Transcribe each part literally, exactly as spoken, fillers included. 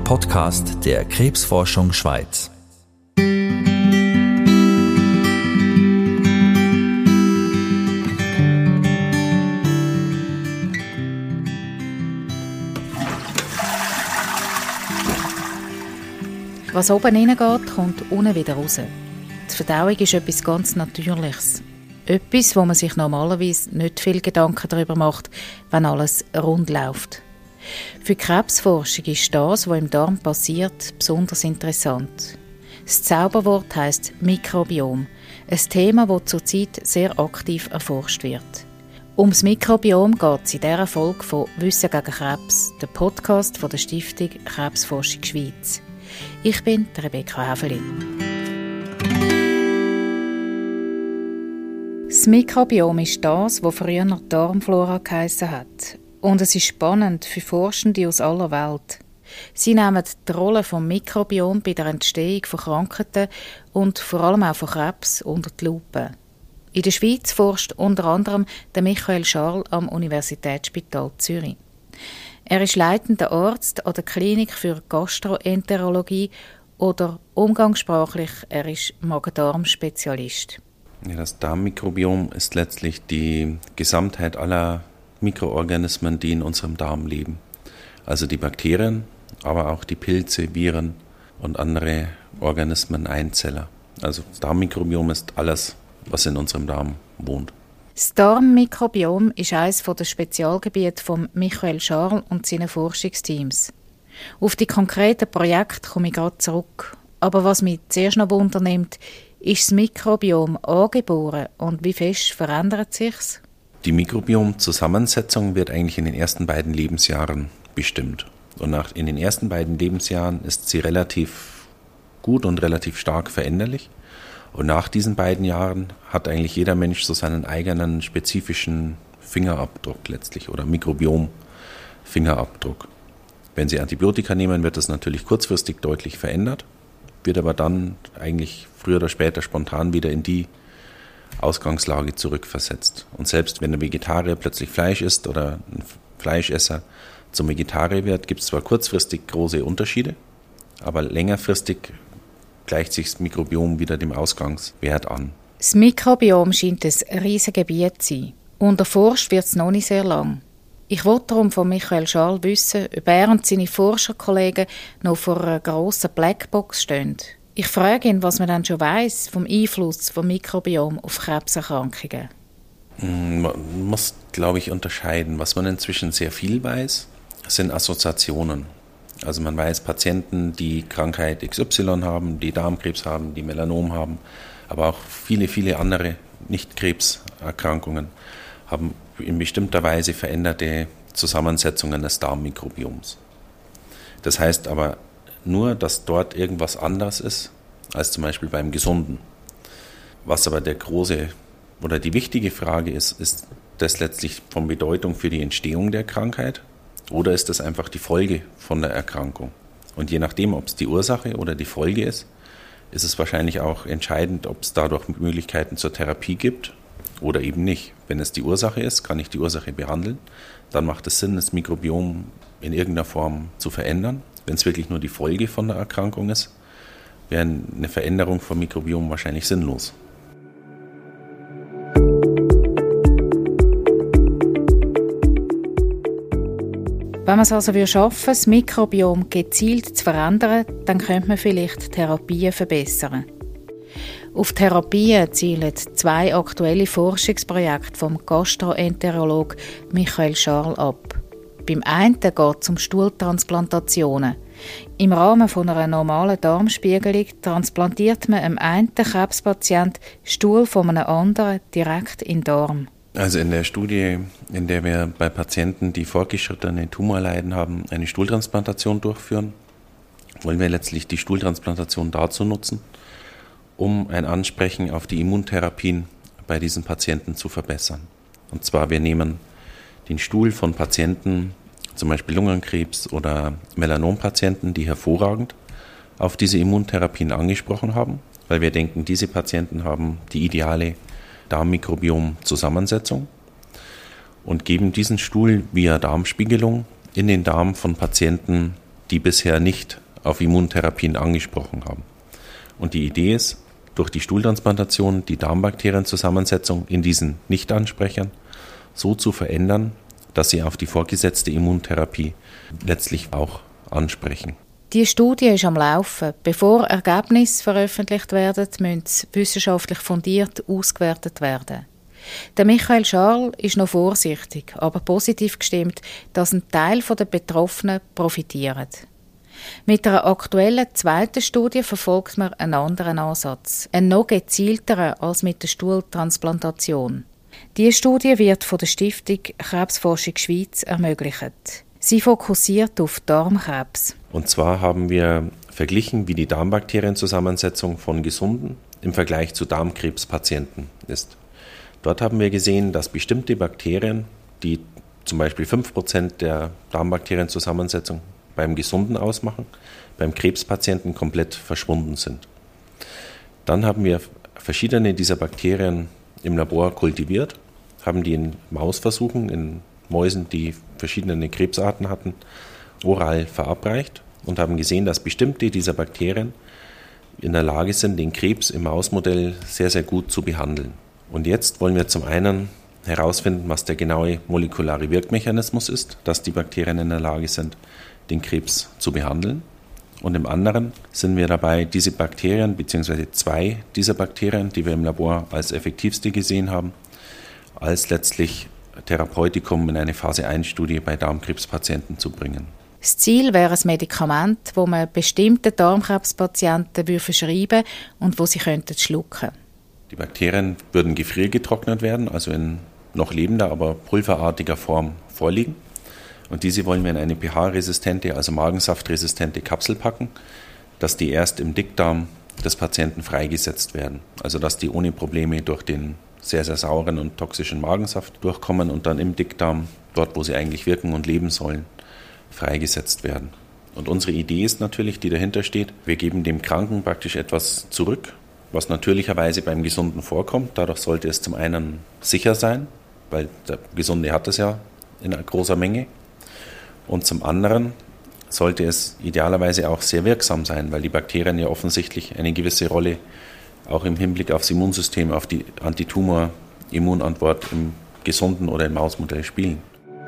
Podcast der Krebsforschung Schweiz. Was oben reingeht, kommt unten wieder raus. Die Verdauung ist etwas ganz Natürliches. Etwas, wo man sich normalerweise nicht viel Gedanken darüber macht, wenn alles rund läuft. Für die Krebsforschung ist das, was im Darm passiert, besonders interessant. Das Zauberwort heisst Mikrobiom, ein Thema, das zurzeit sehr aktiv erforscht wird. Ums Mikrobiom geht es in dieser Folge von «Wissen gegen Krebs», der Podcast von der Stiftung Krebsforschung Schweiz. Ich bin Rebecca Häfelin. Das Mikrobiom ist das, was früher Darmflora geheissen hat. Und es ist spannend für Forschende aus aller Welt. Sie nehmen die Rolle des Mikrobioms bei der Entstehung von Krankheiten und vor allem auch von Krebs unter die Lupe. In der Schweiz forscht unter anderem der Michael Scharl am Universitätsspital Zürich. Er ist leitender Arzt an der Klinik für Gastroenterologie oder umgangssprachlich, er ist Magen-Darm-Spezialist. Ja, das Darmmikrobiom ist letztlich die Gesamtheit aller Mikroorganismen, die in unserem Darm leben. Also die Bakterien, aber auch die Pilze, Viren und andere Organismen, Einzeller. Also das Darmmikrobiom ist alles, was in unserem Darm wohnt. Das Darmmikrobiom ist eines der Spezialgebiete von Michael Scharl und seinen Forschungsteams. Auf die konkreten Projekte komme ich gerade zurück. Aber was mich zuerst noch wundernimmt, ist das Mikrobiom angeboren und wie fest verändert es sich? Die Mikrobiomzusammensetzung wird eigentlich in den ersten beiden Lebensjahren bestimmt. Und nach, in den ersten beiden Lebensjahren ist sie relativ gut und relativ stark veränderlich. Und nach diesen beiden Jahren hat eigentlich jeder Mensch so seinen eigenen spezifischen Fingerabdruck letztlich oder Mikrobiom-Fingerabdruck. Wenn Sie Antibiotika nehmen, wird das natürlich kurzfristig deutlich verändert, wird aber dann eigentlich früher oder später spontan wieder in die Ausgangslage zurückversetzt. Und selbst wenn ein Vegetarier plötzlich Fleisch isst oder ein Fleischesser zum Vegetarier wird, gibt es zwar kurzfristig große Unterschiede, aber längerfristig gleicht sich das Mikrobiom wieder dem Ausgangswert an. Das Mikrobiom scheint ein riesiges Gebiet zu sein. Und erforscht wird es noch nicht sehr lang. Ich wollte darum von Michael Scharl wissen, ob er und seine Forscherkollegen noch vor einer grossen Blackbox stehen. Ich frage ihn, was man dann schon weiss vom Einfluss des Mikrobiom auf Krebserkrankungen. Man muss, glaube ich, unterscheiden. Was man inzwischen sehr viel weiß, sind Assoziationen. Also man weiß, Patienten, die Krankheit X Y haben, die Darmkrebs haben, die Melanom haben, aber auch viele, viele andere Nicht-Krebserkrankungen haben in bestimmter Weise veränderte Zusammensetzungen des Darmmikrobioms. Das heißt aber nur, dass dort irgendwas anders ist als zum Beispiel beim Gesunden. Was aber der große oder die wichtige Frage ist, ist das letztlich von Bedeutung für die Entstehung der Krankheit? Oder ist das einfach die Folge von der Erkrankung? Und je nachdem, ob es die Ursache oder die Folge ist, ist es wahrscheinlich auch entscheidend, ob es dadurch Möglichkeiten zur Therapie gibt oder eben nicht. Wenn es die Ursache ist, kann ich die Ursache behandeln. Dann macht es Sinn, das Mikrobiom in irgendeiner Form zu verändern. Wenn es wirklich nur die Folge von der Erkrankung ist, wäre eine Veränderung vom Mikrobiom wahrscheinlich sinnlos. Wenn man es also schaffen würde, das Mikrobiom gezielt zu verändern, dann könnte man vielleicht Therapien verbessern. Auf Therapien zielen zwei aktuelle Forschungsprojekte vom Gastroenterolog Michael Scharl ab. Beim einen geht es um Stuhltransplantationen. Im Rahmen von einer normalen Darmspiegelung transplantiert man einem einen Krebspatient Stuhl von einem anderen direkt in den Darm. Also in der Studie, in der wir bei Patienten, die fortgeschrittene Tumorleiden haben, eine Stuhltransplantation durchführen, wollen wir letztlich die Stuhltransplantation dazu nutzen, um ein Ansprechen auf die Immuntherapien bei diesen Patienten zu verbessern. Und zwar, wir nehmen den Stuhl von Patienten, zum Beispiel Lungenkrebs oder Melanompatienten, die hervorragend auf diese Immuntherapien angesprochen haben, weil wir denken, diese Patienten haben die ideale Darmmikrobiom-Zusammensetzung und geben diesen Stuhl via Darmspiegelung in den Darm von Patienten, die bisher nicht auf Immuntherapien angesprochen haben. Und die Idee ist, durch die Stuhltransplantation die Darmbakterienzusammensetzung in diesen Nichtansprechern so zu verändern, dass sie auf die vorgesetzte Immuntherapie letztlich auch ansprechen. Die Studie ist am Laufen. Bevor Ergebnisse veröffentlicht werden, müssen sie wissenschaftlich fundiert ausgewertet werden. Der Michael Scharl ist noch vorsichtig, aber positiv gestimmt, dass ein Teil der Betroffenen profitiert. Mit einer aktuellen zweiten Studie verfolgt man einen anderen Ansatz, einen noch gezielteren als mit der Stuhltransplantation. Diese Studie wird von der Stiftung Krebsforschung Schweiz ermöglicht. Sie fokussiert auf Darmkrebs. Und zwar haben wir verglichen, wie die Darmbakterienzusammensetzung von Gesunden im Vergleich zu Darmkrebspatienten ist. Dort haben wir gesehen, dass bestimmte Bakterien, die zum Beispiel fünf Prozent der Darmbakterienzusammensetzung beim Gesunden ausmachen, beim Krebspatienten komplett verschwunden sind. Dann haben wir verschiedene dieser Bakterien im Labor kultiviert, haben die in Mausversuchen, in Mäusen, die verschiedene Krebsarten hatten, oral verabreicht und haben gesehen, dass bestimmte dieser Bakterien in der Lage sind, den Krebs im Mausmodell sehr, sehr gut zu behandeln. Und jetzt wollen wir zum einen herausfinden, was der genaue molekulare Wirkmechanismus ist, dass die Bakterien in der Lage sind, den Krebs zu behandeln. Und im anderen sind wir dabei, diese Bakterien, beziehungsweise zwei dieser Bakterien, die wir im Labor als effektivste gesehen haben, als letztlich Therapeutikum in eine Phase eins Studie bei Darmkrebspatienten zu bringen. Das Ziel wäre ein Medikament, das man bestimmten Darmkrebspatienten verschreiben würde und das sie könnten schlucken. Die Bakterien würden gefriergetrocknet werden, also in noch lebender, aber pulverartiger Form vorliegen. Und diese wollen wir in eine pH-resistente, also magensaftresistente Kapsel packen, dass die erst im Dickdarm des Patienten freigesetzt werden. Also dass die ohne Probleme durch den sehr, sehr sauren und toxischen Magensaft durchkommen und dann im Dickdarm, dort wo sie eigentlich wirken und leben sollen, freigesetzt werden. Und unsere Idee ist natürlich, die dahinter steht, wir geben dem Kranken praktisch etwas zurück, was natürlicherweise beim Gesunden vorkommt. Dadurch sollte es zum einen sicher sein, weil der Gesunde hat es ja in großer Menge. Und zum anderen sollte es idealerweise auch sehr wirksam sein, weil die Bakterien ja offensichtlich eine gewisse Rolle auch im Hinblick aufs Immunsystem, auf die Antitumor-Immunantwort im gesunden oder im Mausmodell spielen.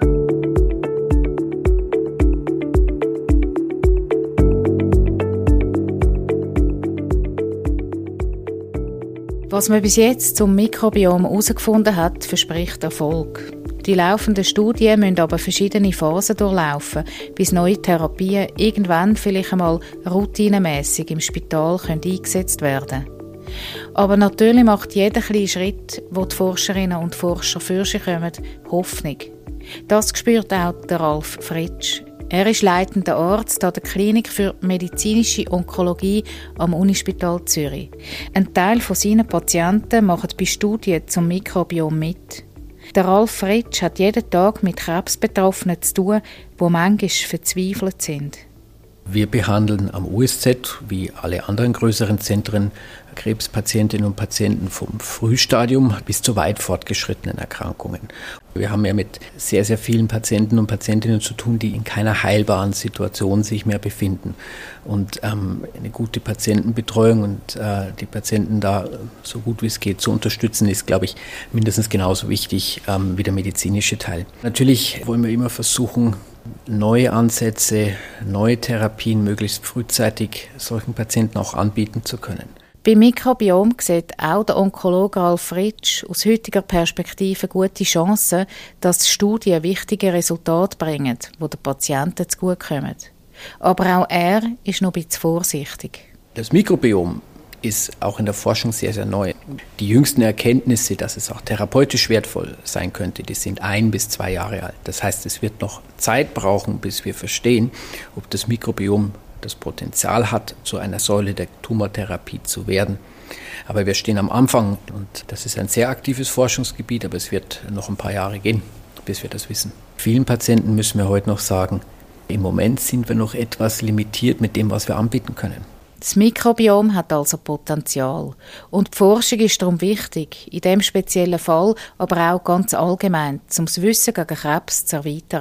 Was man bis jetzt zum Mikrobiom herausgefunden hat, verspricht Erfolg. Die laufenden Studien müssen aber verschiedene Phasen durchlaufen, bis neue Therapien irgendwann vielleicht einmal routinemässig im Spital können eingesetzt werden können. Aber natürlich macht jeder kleine Schritt, wo die Forscherinnen und Forscher für sich kommen, Hoffnung. Das spürt auch der Ralf Fritsch. Er ist leitender Arzt an der Klinik für medizinische Onkologie am Unispital Zürich. Ein Teil von seinen Patienten macht bei Studien zum Mikrobiom mit. Der Ralf Fritsch hat jeden Tag mit Krebsbetroffenen zu tun, die manchmal verzweifelt sind. Wir behandeln am U S Z, wie alle anderen größeren Zentren, Krebspatientinnen und Patienten vom Frühstadium bis zu weit fortgeschrittenen Erkrankungen. Wir haben ja mit sehr, sehr vielen Patienten und Patientinnen zu tun, die in keiner heilbaren Situation sich mehr befinden. Und ähm, eine gute Patientenbetreuung und äh, die Patienten da so gut wie es geht zu unterstützen, ist, glaube ich, mindestens genauso wichtig ähm, wie der medizinische Teil. Natürlich wollen wir immer versuchen, neue Ansätze, neue Therapien möglichst frühzeitig solchen Patienten auch anbieten zu können. Beim Mikrobiom sieht auch der Onkologe Ralf Fritsch aus heutiger Perspektive gute Chancen, dass Studien wichtige Resultate bringen, die den Patienten zugutekommen. Aber auch er ist noch ein bisschen vorsichtig. Das Mikrobiom ist auch in der Forschung sehr, sehr neu. Die jüngsten Erkenntnisse, dass es auch therapeutisch wertvoll sein könnte, die sind ein bis zwei Jahre alt. Das heißt, es wird noch Zeit brauchen, bis wir verstehen, ob das Mikrobiom das Potenzial hat, zu einer Säule der Tumortherapie zu werden. Aber wir stehen am Anfang und das ist ein sehr aktives Forschungsgebiet, aber es wird noch ein paar Jahre gehen, bis wir das wissen. Vielen Patienten müssen wir heute noch sagen, im Moment sind wir noch etwas limitiert mit dem, was wir anbieten können. Das Mikrobiom hat also Potenzial. Und die Forschung ist darum wichtig, in diesem speziellen Fall, aber auch ganz allgemein, um das Wissen gegen Krebs zu erweitern.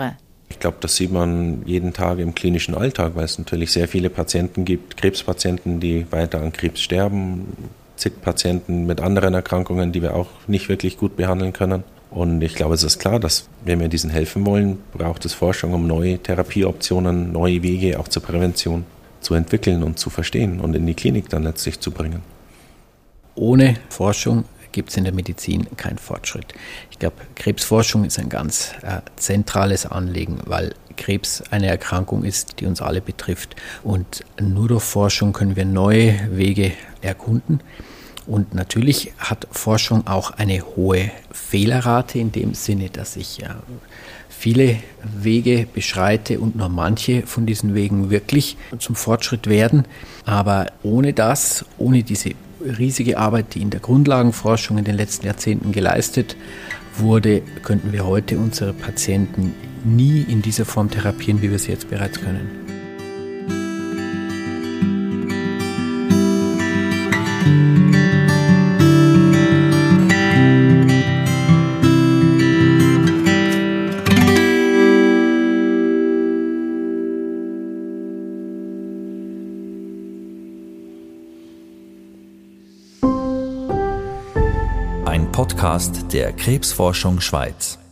Ich glaube, das sieht man jeden Tag im klinischen Alltag, weil es natürlich sehr viele Patienten gibt, Krebspatienten, die weiter an Krebs sterben, zig Patienten mit anderen Erkrankungen, die wir auch nicht wirklich gut behandeln können. Und ich glaube, es ist klar, dass wenn wir diesen helfen wollen, braucht es Forschung, um neue Therapieoptionen, neue Wege auch zur Prävention zu entwickeln und zu verstehen und in die Klinik dann letztlich zu bringen. Ohne Forschung gibt es in der Medizin keinen Fortschritt. Ich glaube, Krebsforschung ist ein ganz äh, zentrales Anliegen, weil Krebs eine Erkrankung ist, die uns alle betrifft. Und nur durch Forschung können wir neue Wege erkunden. Und natürlich hat Forschung auch eine hohe Fehlerrate in dem Sinne, dass ich ja viele Wege beschreite und nur manche von diesen Wegen wirklich zum Fortschritt werden. Aber ohne das, ohne diese riesige Arbeit, die in der Grundlagenforschung in den letzten Jahrzehnten geleistet wurde, könnten wir heute unsere Patienten nie in dieser Form therapieren, wie wir es jetzt bereits können. Ein Podcast der Krebsforschung Schweiz.